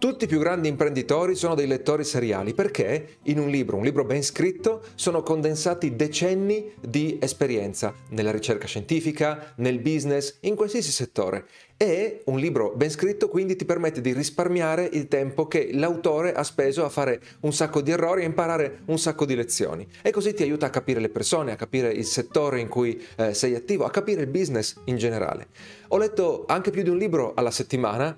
Tutti i più grandi imprenditori sono dei lettori seriali perché in un libro ben scritto, sono condensati decenni di esperienza nella ricerca scientifica, nel business, in qualsiasi settore. E un libro ben scritto quindi ti permette di risparmiare il tempo che l'autore ha speso a fare un sacco di errori e imparare un sacco di lezioni. E così ti aiuta a capire le persone, a capire il settore in cui sei attivo, a capire il business in generale. Ho letto anche più di un libro alla settimana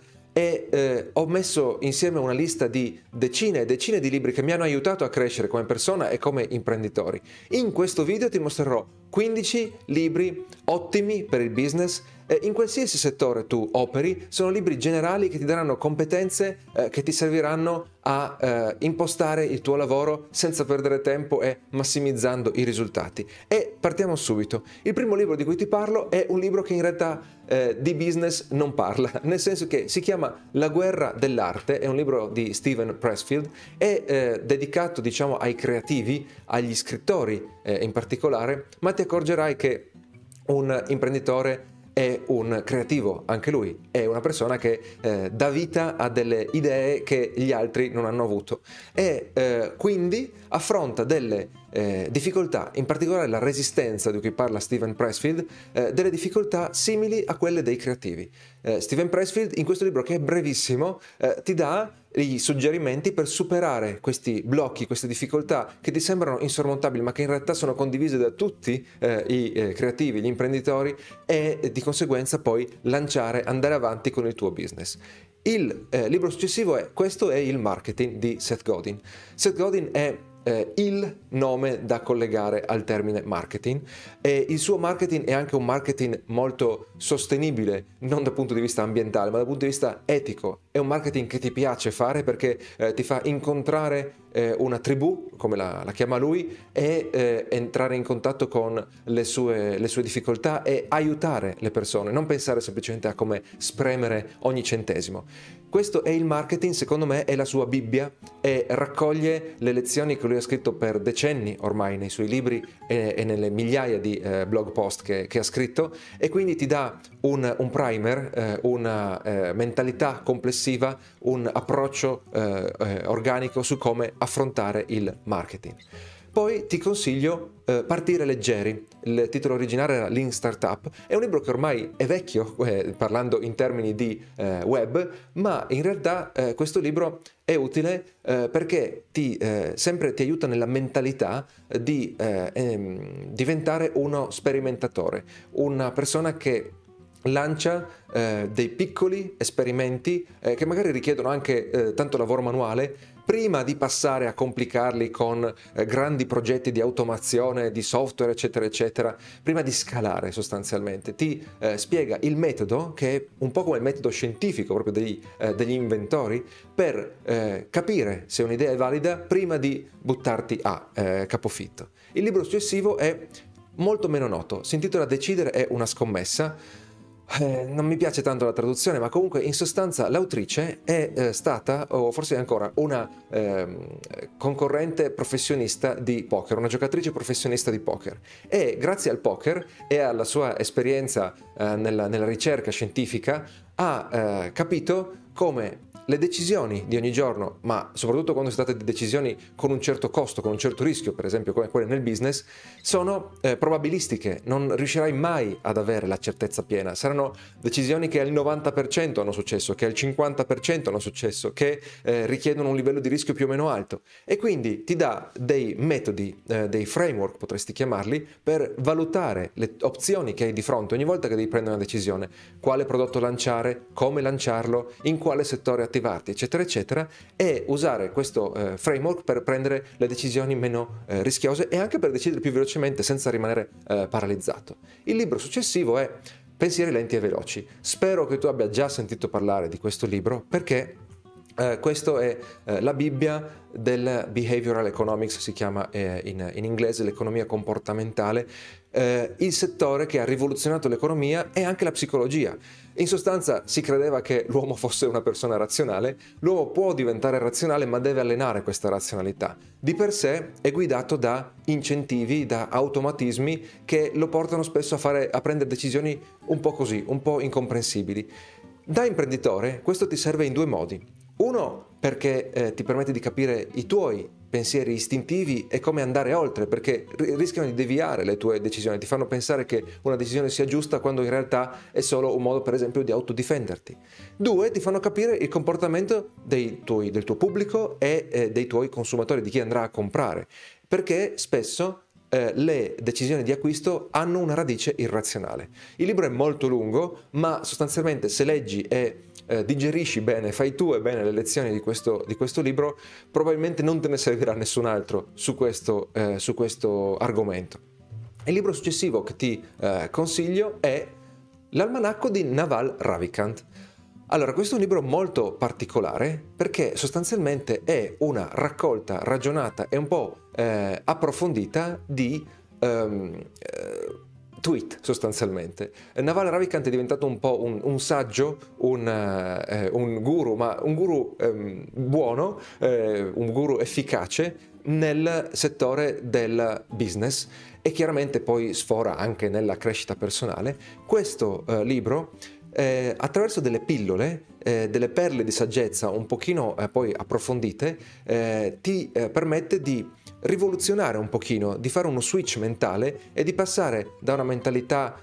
e ho messo insieme una lista di decine e decine di libri che mi hanno aiutato a crescere come persona e come imprenditori. In questo video ti mostrerò 15 libri ottimi per il business. In qualsiasi settore tu operi, sono libri generali che ti daranno competenze che ti serviranno a impostare il tuo lavoro senza perdere tempo e massimizzando i risultati. E partiamo subito. Il primo libro di cui ti parlo è un libro che in realtà di business non parla, nel senso che si chiama La guerra dell'arte, è un libro di Steven Pressfield, è dedicato diciamo ai creativi, agli scrittori in particolare, ma ti accorgerai che un imprenditore è un creativo, anche lui, è una persona che dà vita a delle idee che gli altri non hanno avuto e quindi affronta delle difficoltà, in particolare la resistenza di cui parla Steven Pressfield, delle difficoltà simili a quelle dei creativi. Steven Pressfield in questo libro, che è brevissimo, ti dà i suggerimenti per superare questi blocchi, queste difficoltà che ti sembrano insormontabili ma che in realtà sono condivise da tutti i creativi, gli imprenditori, e di conseguenza poi andare avanti con il tuo business. Il libro successivo è Questo è il marketing di Seth Godin. Seth Godin è il nome da collegare al termine marketing, e il suo marketing è anche un marketing molto sostenibile, non dal punto di vista ambientale ma dal punto di vista etico. È un marketing che ti piace fare perché ti fa incontrare una tribù, come la chiama lui, e entrare in contatto con le sue difficoltà e aiutare le persone, non pensare semplicemente a come spremere ogni centesimo. Questo è il marketing, secondo me è la sua Bibbia e raccoglie le lezioni che lui ha scritto per decenni ormai nei suoi libri e nelle migliaia di blog post che ha scritto, e quindi ti dà un primer, una mentalità complessiva, un approccio organico su come affrontare il marketing. Poi ti consiglio Partire leggeri. Il titolo originale era Lean Startup. È un libro che ormai è vecchio, parlando in termini di web, ma in realtà questo libro è utile perché sempre ti aiuta nella mentalità di diventare uno sperimentatore, una persona che lancia dei piccoli esperimenti che magari richiedono anche tanto lavoro manuale, prima di passare a complicarli con grandi progetti di automazione, di software, eccetera, eccetera, prima di scalare sostanzialmente. Ti spiega il metodo, che è un po' come il metodo scientifico proprio degli inventori, per capire se un'idea è valida prima di buttarti a capofitto. Il libro successivo è molto meno noto, si intitola Decidere è una scommessa. Non mi piace tanto la traduzione, ma comunque in sostanza l'autrice è stata, o forse è ancora, una concorrente professionista di poker, una giocatrice professionista di poker, e grazie al poker e alla sua esperienza nella ricerca scientifica ha capito come le decisioni di ogni giorno, ma soprattutto quando si tratta di decisioni con un certo costo, con un certo rischio, per esempio come quelle nel business, sono probabilistiche, non riuscirai mai ad avere la certezza piena. Saranno decisioni che al 90% hanno successo, che al 50% hanno successo, che richiedono un livello di rischio più o meno alto, e quindi ti dà dei metodi, dei framework potresti chiamarli, per valutare le opzioni che hai di fronte ogni volta che devi prendere una decisione: quale prodotto lanciare, come lanciarlo, in quale settore attivarti, eccetera eccetera, e usare questo framework per prendere le decisioni meno rischiose e anche per decidere più velocemente senza rimanere paralizzato. Il libro successivo è Pensieri lenti e veloci. Spero che tu abbia già sentito parlare di questo libro, perché questo è la Bibbia del behavioral economics, si chiama in inglese l'economia comportamentale, il settore che ha rivoluzionato l'economia e anche la psicologia. In sostanza si credeva che l'uomo fosse una persona razionale. L'uomo può diventare razionale, ma deve allenare questa razionalità. Di per sé è guidato da incentivi, da automatismi che lo portano spesso a prendere decisioni un po' così, un po' incomprensibili. Da imprenditore questo ti serve in due modi. Uno, perché ti permette di capire i tuoi pensieri istintivi e come andare oltre, perché rischiano di deviare le tue decisioni, ti fanno pensare che una decisione sia giusta quando in realtà è solo un modo, per esempio, di autodifenderti. Due, ti fanno capire il comportamento del tuo pubblico e dei tuoi consumatori, di chi andrà a comprare, perché spesso le decisioni di acquisto hanno una radice irrazionale. Il libro è molto lungo, ma sostanzialmente se leggi e digerisci bene, fai tue bene le lezioni di questo libro, probabilmente non te ne servirà nessun altro su questo argomento. Il libro successivo che ti consiglio è L'almanacco di Naval Ravikant. Allora, questo è un libro molto particolare perché sostanzialmente è una raccolta ragionata e un po' approfondita di tweet, sostanzialmente. Naval Ravikant è diventato un po' un saggio, un guru, ma un guru buono, un guru efficace nel settore del business e chiaramente poi sfora anche nella crescita personale. Questo libro attraverso delle pillole, delle perle di saggezza un pochino poi approfondite, ti permette di rivoluzionare un pochino, di fare uno switch mentale e di passare da una mentalità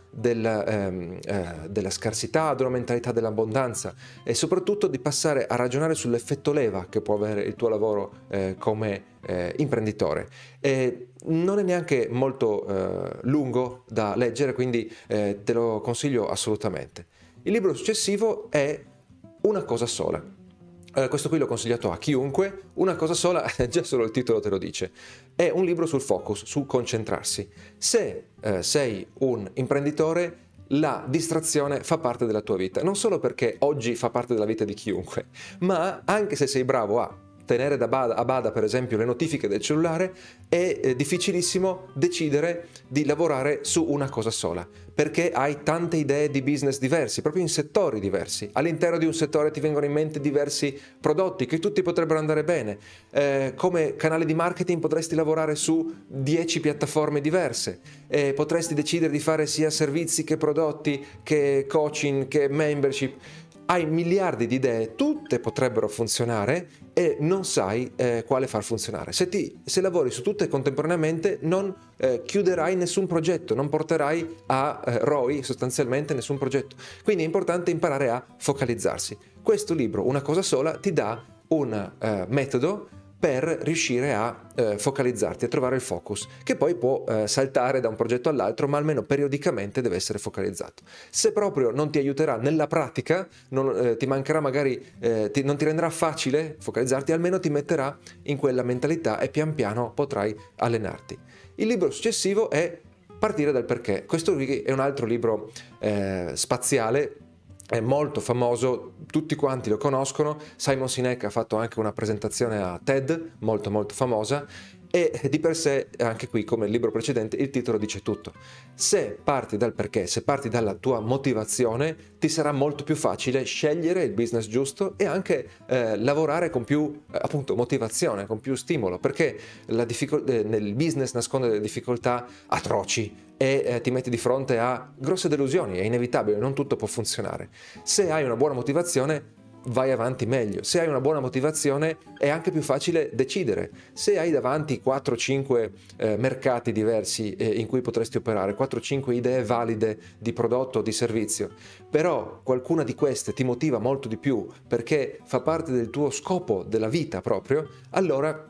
della scarsità ad una mentalità dell'abbondanza e soprattutto di passare a ragionare sull'effetto leva che può avere il tuo lavoro come imprenditore. Non è neanche molto lungo da leggere, quindi te lo consiglio assolutamente. Il libro successivo è Una cosa sola. Questo qui l'ho consigliato a chiunque. Una cosa sola, già solo il titolo te lo dice. È un libro sul focus, sul concentrarsi. Se sei un imprenditore, la distrazione fa parte della tua vita. Non solo perché oggi fa parte della vita di chiunque, ma anche se sei bravo a tenere a bada per esempio le notifiche del cellulare, è difficilissimo decidere di lavorare su una cosa sola, perché hai tante idee di business diversi, proprio in settori diversi. All'interno di un settore ti vengono in mente diversi prodotti che tutti potrebbero andare bene. Come canale di marketing potresti lavorare su 10 piattaforme diverse, potresti decidere di fare sia servizi che prodotti, che coaching, che membership. Hai miliardi di idee, tutte potrebbero funzionare e non sai quale far funzionare. Se lavori su tutte contemporaneamente non chiuderai nessun progetto, non porterai a ROI sostanzialmente nessun progetto. Quindi è importante imparare a focalizzarsi. Questo libro, Una cosa sola, ti dà un metodo per riuscire a focalizzarti, a trovare il focus, che poi può saltare da un progetto all'altro, ma almeno periodicamente deve essere focalizzato. Se proprio non ti aiuterà nella pratica, ti mancherà magari, non ti renderà facile focalizzarti, almeno ti metterà in quella mentalità e pian piano potrai allenarti. Il libro successivo è Partire dal perché. Questo è un altro libro spaziale, è molto famoso, tutti quanti lo conoscono. Simon Sinek ha fatto anche una presentazione a TED molto molto famosa e di per sé, anche qui come il libro precedente, il titolo dice tutto. Se parti dal perché, se parti dalla tua motivazione, ti sarà molto più facile scegliere il business giusto e anche lavorare con più appunto motivazione, con più stimolo, perché nel business nasconde delle difficoltà atroci e ti metti di fronte a grosse delusioni, è inevitabile, non tutto può funzionare. Se hai una buona motivazione vai avanti meglio, se hai una buona motivazione è anche più facile decidere. Se hai davanti 4-5 mercati diversi in cui potresti operare, 4-5 idee valide di prodotto o di servizio, però qualcuna di queste ti motiva molto di più perché fa parte del tuo scopo della vita proprio, allora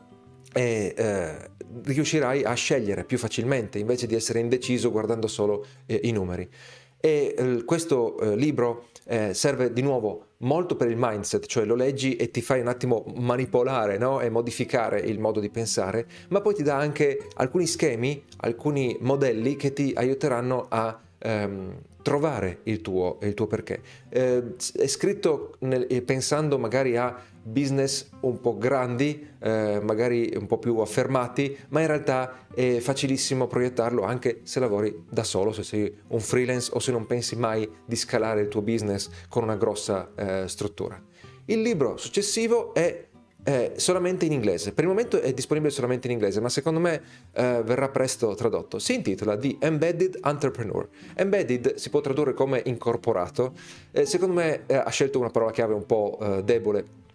riuscirai a scegliere più facilmente invece di essere indeciso guardando solo i numeri. E questo libro serve di nuovo molto per il mindset, cioè lo leggi e ti fai un attimo manipolare, no? E modificare il modo di pensare, ma poi ti dà anche alcuni schemi, alcuni modelli che ti aiuteranno a trovare il tuo perché. È scritto pensando magari a business un po' grandi, magari un po' più affermati, ma in realtà è facilissimo proiettarlo anche se lavori da solo, se sei un freelance o se non pensi mai di scalare il tuo business con una grossa struttura. Il libro successivo è solamente in inglese. Per il momento è disponibile solamente in inglese, ma secondo me verrà presto tradotto. Si intitola The Embedded Entrepreneur. Embedded si può tradurre come incorporato. Secondo me ha scelto una parola chiave un po' debole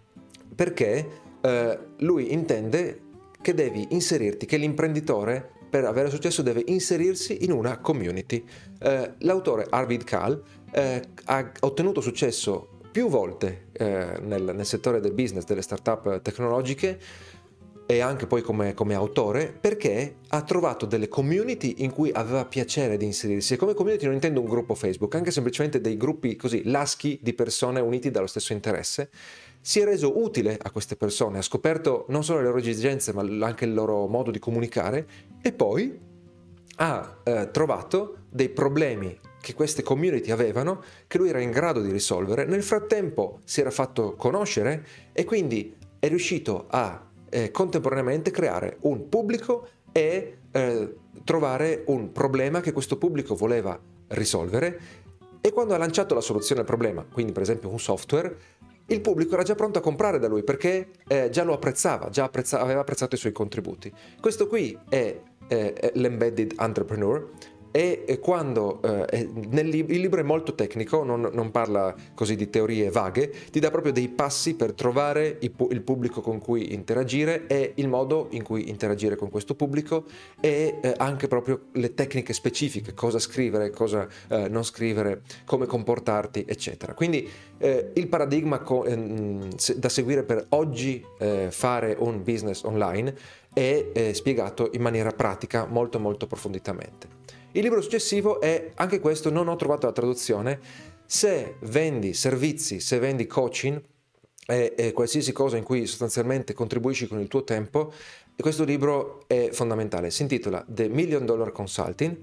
perché lui intende che devi inserirti, che l'imprenditore per avere successo deve inserirsi in una community. L'autore Arvid Kahl ha ottenuto successo più volte nel settore del business, delle startup tecnologiche, e anche poi come autore, perché ha trovato delle community in cui aveva piacere di inserirsi. E come community non intendo un gruppo Facebook, anche semplicemente dei gruppi così laschi di persone uniti dallo stesso interesse. Si è reso utile a queste persone, ha scoperto non solo le loro esigenze ma anche il loro modo di comunicare, e poi ha trovato dei problemi che queste community avevano, che lui era in grado di risolvere. Nel frattempo si era fatto conoscere e quindi è riuscito a contemporaneamente creare un pubblico e trovare un problema che questo pubblico voleva risolvere, e quando ha lanciato la soluzione al problema, quindi per esempio un software, il pubblico era già pronto a comprare da lui perché già lo apprezzava, aveva apprezzato i suoi contributi. Questo qui è l'embedded entrepreneur. E quando il libro è molto tecnico, non parla così di teorie vaghe, ti dà proprio dei passi per trovare il pubblico con cui interagire e il modo in cui interagire con questo pubblico, e anche proprio le tecniche specifiche, cosa scrivere, cosa non scrivere, come comportarti, eccetera. Quindi il paradigma da seguire per oggi fare un business online è spiegato in maniera pratica molto molto approfonditamente. Il libro successivo è, anche questo non ho trovato la traduzione, se vendi servizi, se vendi coaching e qualsiasi cosa in cui sostanzialmente contribuisci con il tuo tempo, e questo libro è fondamentale. Si intitola The $1 Million Consulting,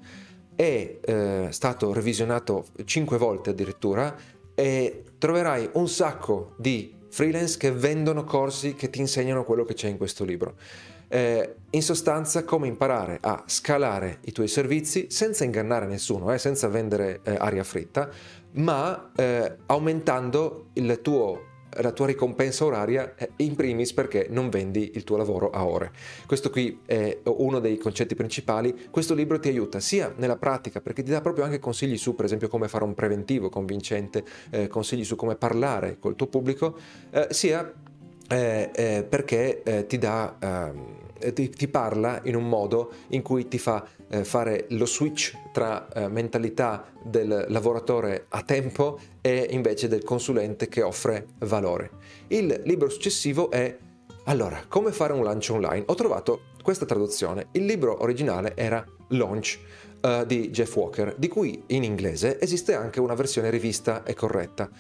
è stato revisionato 5 volte addirittura, e troverai un sacco di freelance che vendono corsi che ti insegnano quello che c'è in questo libro. In sostanza, come imparare a scalare i tuoi servizi senza ingannare nessuno, senza vendere aria fritta, ma aumentando la tua ricompensa oraria, in primis perché non vendi il tuo lavoro a ore. Questo qui è uno dei concetti principali. Questo libro ti aiuta sia nella pratica, perché ti dà proprio anche consigli su, per esempio, come fare un preventivo convincente, consigli su come parlare col tuo pubblico, sia perché ti parla in un modo in cui ti fa fare lo switch tra mentalità del lavoratore a tempo e invece del consulente che offre valore. Il libro successivo è allora, come fare un lancio online. Ho trovato questa traduzione. Il libro originale era Launch di Jeff Walker, di cui in inglese esiste anche una versione rivista e corretta.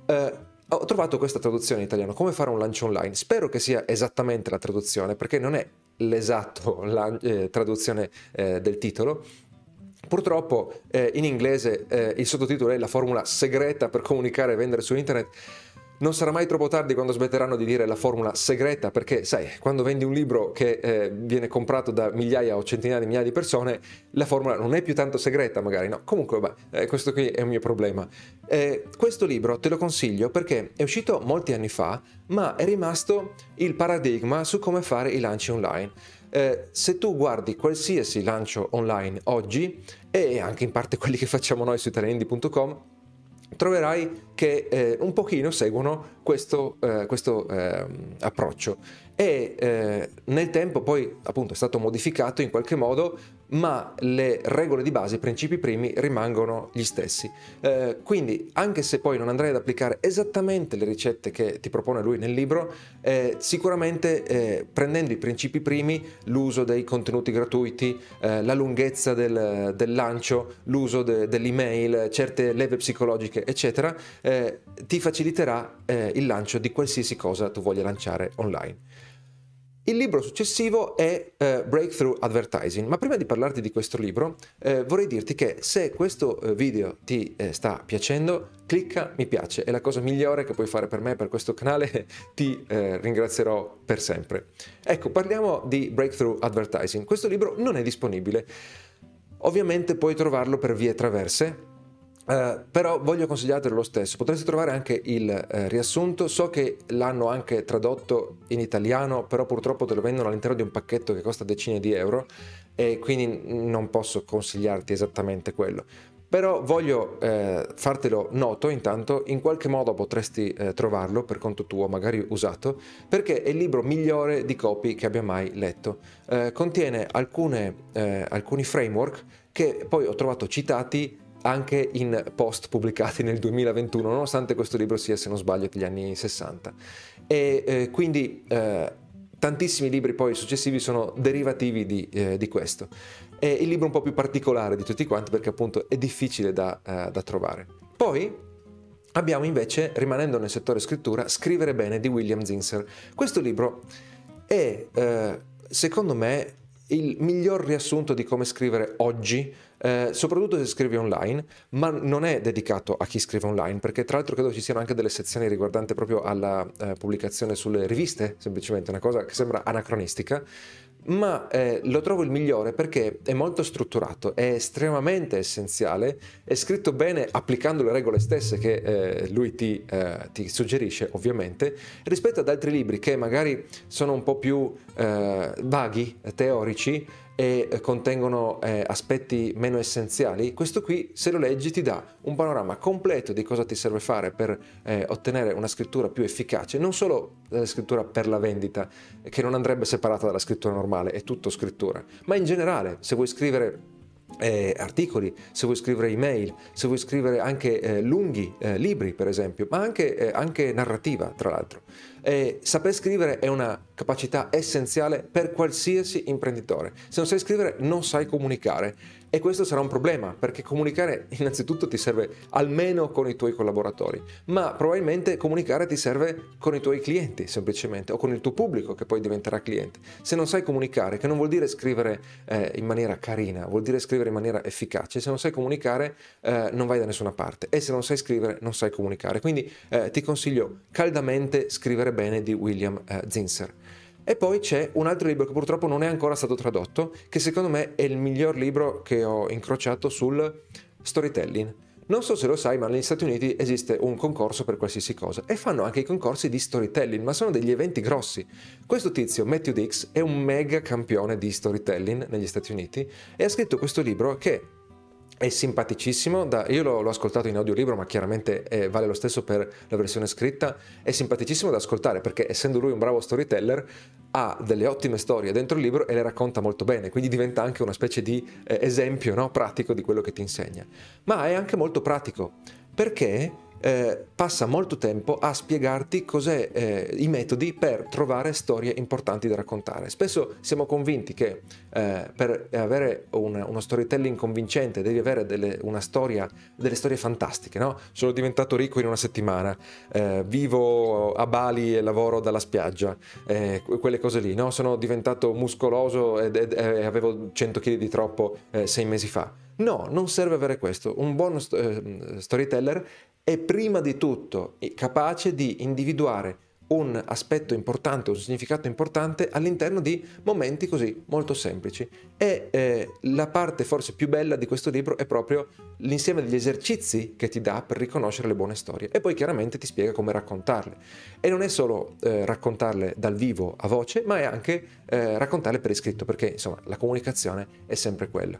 Ho trovato questa traduzione in italiano, come fare un lancio online. Spero che sia esattamente la traduzione, perché non è l'esatto traduzione del titolo. Purtroppo in inglese il sottotitolo è la formula segreta per comunicare e vendere su internet. Non sarà mai troppo tardi quando smetteranno di dire la formula segreta, perché sai, quando vendi un libro che viene comprato da migliaia o centinaia di migliaia di persone, la formula non è più tanto segreta magari, no? Comunque vabbè, questo qui è un mio problema. Questo libro te lo consiglio perché è uscito molti anni fa, ma è rimasto il paradigma su come fare i lanci online. Se tu guardi qualsiasi lancio online oggi, e anche in parte quelli che facciamo noi su italianindie.com, troverai che un pochino seguono questo approccio, e nel tempo poi appunto è stato modificato in qualche modo, ma le regole di base, i principi primi rimangono gli stessi. Quindi anche se poi non andrai ad applicare esattamente le ricette che ti propone lui nel libro, sicuramente prendendo i principi primi, l'uso dei contenuti gratuiti, la lunghezza del lancio, l'uso dell'email, certe leve psicologiche eccetera, ti faciliterà il lancio di qualsiasi cosa tu voglia lanciare online. Il libro successivo è Breakthrough Advertising, ma prima di parlarti di questo libro vorrei dirti che se questo video ti sta piacendo, clicca mi piace, è la cosa migliore che puoi fare per me e per questo canale, ti ringrazierò per sempre. Ecco, parliamo di Breakthrough Advertising. Questo libro non è disponibile, ovviamente puoi trovarlo per vie traverse, però voglio consigliartelo lo stesso. Potresti trovare anche il riassunto. So che l'hanno anche tradotto in italiano, però purtroppo te lo vendono all'interno di un pacchetto che costa decine di euro, e quindi non posso consigliarti esattamente quello. però voglio fartelo noto intanto, in qualche modo potresti trovarlo per conto tuo, magari usato, perché è il libro migliore di copy che abbia mai letto. Contiene alcuni framework che poi ho trovato citati anche in post pubblicati nel 2021, nonostante questo libro sia, se non sbaglio, degli anni 60. E quindi tantissimi libri poi successivi sono derivativi di questo. È il libro un po' più particolare di tutti quanti perché appunto è difficile da trovare. Poi abbiamo invece, rimanendo nel settore scrittura, Scrivere bene di William Zinsser. Questo libro è, secondo me, il miglior riassunto di come scrivere oggi, soprattutto se scrivi online, ma non è dedicato a chi scrive online, perché tra l'altro credo ci siano anche delle sezioni riguardanti proprio alla pubblicazione sulle riviste, semplicemente una cosa che sembra anacronistica, ma lo trovo il migliore perché è molto strutturato, è estremamente essenziale, è scritto bene applicando le regole stesse che lui ti suggerisce, ovviamente, rispetto ad altri libri che magari sono un po' più vaghi, teorici, e contengono aspetti meno essenziali. Questo qui, se lo leggi, ti dà un panorama completo di cosa ti serve fare per ottenere una scrittura più efficace, non solo la scrittura per la vendita, che non andrebbe separata dalla scrittura normale, è tutto scrittura, ma in generale, se vuoi scrivere articoli, se vuoi scrivere email, se vuoi scrivere anche lunghi libri, per esempio, ma anche narrativa, tra l'altro. Saper scrivere è una capacità essenziale per qualsiasi imprenditore. Se non sai scrivere, non sai comunicare, e questo sarà un problema, perché comunicare innanzitutto ti serve almeno con i tuoi collaboratori, ma probabilmente comunicare ti serve con i tuoi clienti, semplicemente, o con il tuo pubblico che poi diventerà cliente. Se non sai comunicare, che non vuol dire scrivere in maniera carina, vuol dire scrivere in maniera efficace. Se non sai comunicare, non vai da nessuna parte, e se non sai scrivere, non sai comunicare. Quindi ti consiglio caldamente Scrivere bene di William Zinsser. E poi c'è un altro libro che purtroppo non è ancora stato tradotto, che secondo me è il miglior libro che ho incrociato sul storytelling. Non so se lo sai, ma negli Stati Uniti esiste un concorso per qualsiasi cosa, e fanno anche i concorsi di storytelling, ma sono degli eventi grossi. Questo tizio, Matthew Dix, è un mega campione di storytelling negli Stati Uniti e ha scritto questo libro che è simpaticissimo, io l'ho ascoltato in audiolibro, ma chiaramente vale lo stesso per la versione scritta. È simpaticissimo da ascoltare perché, essendo lui un bravo storyteller, ha delle ottime storie dentro il libro e le racconta molto bene, quindi diventa anche una specie di esempio, no, pratico di quello che ti insegna. Ma è anche molto pratico perché passa molto tempo a spiegarti cos'è i metodi per trovare storie importanti da raccontare. Spesso siamo convinti che per avere uno storytelling convincente devi avere delle storie fantastiche, no? Sono diventato ricco in una settimana, vivo a Bali e lavoro dalla spiaggia, quelle cose lì, no? Sono diventato muscoloso e avevo 100 kg di troppo 6 mesi fa. No, non serve avere questo. Un buon storyteller è prima di tutto capace di individuare un aspetto importante, un significato importante all'interno di momenti così molto semplici. E la parte forse più bella di questo libro è proprio l'insieme degli esercizi che ti dà per riconoscere le buone storie, e poi chiaramente ti spiega come raccontarle. E non è solo raccontarle dal vivo a voce, ma è anche raccontarle per iscritto, perché insomma la comunicazione è sempre quella.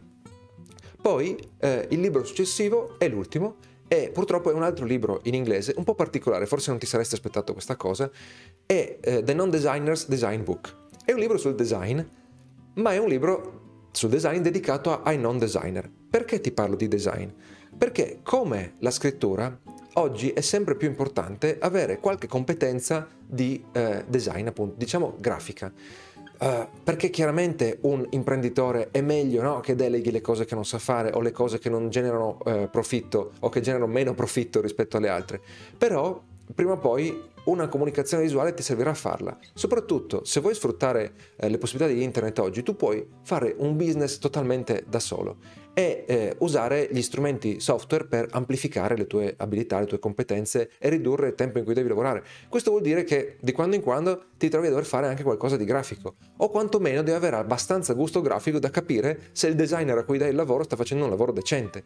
Poi il libro successivo è l'ultimo, e purtroppo è un altro libro in inglese un po' particolare, forse non ti saresti aspettato questa cosa. È The Non-Designer's Design Book. È un libro sul design, ma è un libro sul design dedicato ai non-designer. Perché ti parlo di design? Perché, come la scrittura, oggi è sempre più importante avere qualche competenza di design, appunto, diciamo grafica. Perché chiaramente un imprenditore è meglio, no, che deleghi le cose che non sa fare, o le cose che non generano profitto, o che generano meno profitto rispetto alle altre. Però prima o poi una comunicazione visuale ti servirà a farla. Soprattutto se vuoi sfruttare le possibilità di internet oggi, tu puoi fare un business totalmente da solo e usare gli strumenti software per amplificare le tue abilità, le tue competenze e ridurre il tempo in cui devi lavorare. Questo vuol dire che di quando in quando ti trovi a dover fare anche qualcosa di grafico, o quantomeno devi avere abbastanza gusto grafico da capire se il designer a cui dai il lavoro sta facendo un lavoro decente.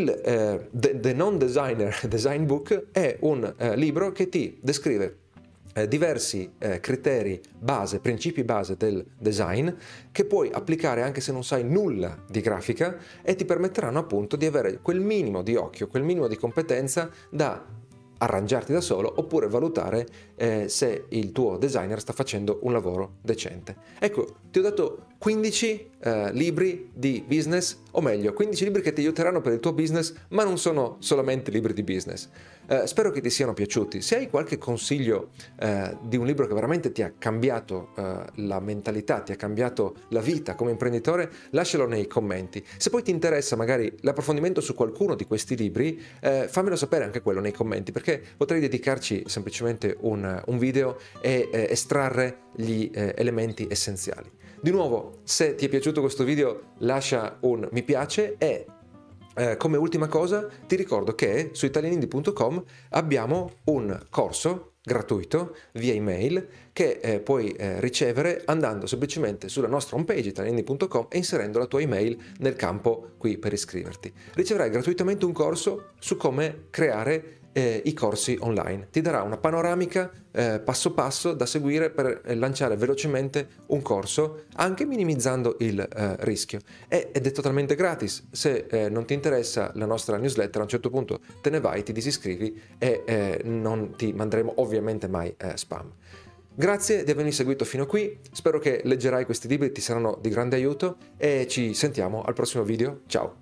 The Non-Designer Design Book è un libro che ti descrive diversi criteri base, principi base del design che puoi applicare anche se non sai nulla di grafica e ti permetteranno appunto di avere quel minimo di occhio, quel minimo di competenza da arrangiarti da solo oppure valutare se il tuo designer sta facendo un lavoro decente. Ecco, ti ho dato 15 libri di business, o meglio, 15 libri che ti aiuteranno per il tuo business, ma non sono solamente libri di business. Spero che ti siano piaciuti. Se hai qualche consiglio di un libro che veramente ti ha cambiato la mentalità, ti ha cambiato la vita come imprenditore, lascialo nei commenti. Se poi ti interessa magari l'approfondimento su qualcuno di questi libri, fammelo sapere anche quello nei commenti, perché potrei dedicarci semplicemente un video e estrarre gli elementi essenziali. Di nuovo, se ti è piaciuto questo video, lascia un mi piace e come ultima cosa ti ricordo che su italianindie.com abbiamo un corso gratuito via email che puoi ricevere andando semplicemente sulla nostra homepage italianindie.com e inserendo la tua email nel campo qui per iscriverti. Riceverai gratuitamente un corso su come creare i corsi online. Ti darà una panoramica passo passo da seguire per lanciare velocemente un corso, anche minimizzando il rischio. Ed è totalmente gratis. Se non ti interessa la nostra newsletter, a un certo punto te ne vai, ti disiscrivi e non ti manderemo ovviamente mai spam. Grazie di avermi seguito fino a qui, spero che leggerai questi libri, ti saranno di grande aiuto e ci sentiamo al prossimo video. Ciao!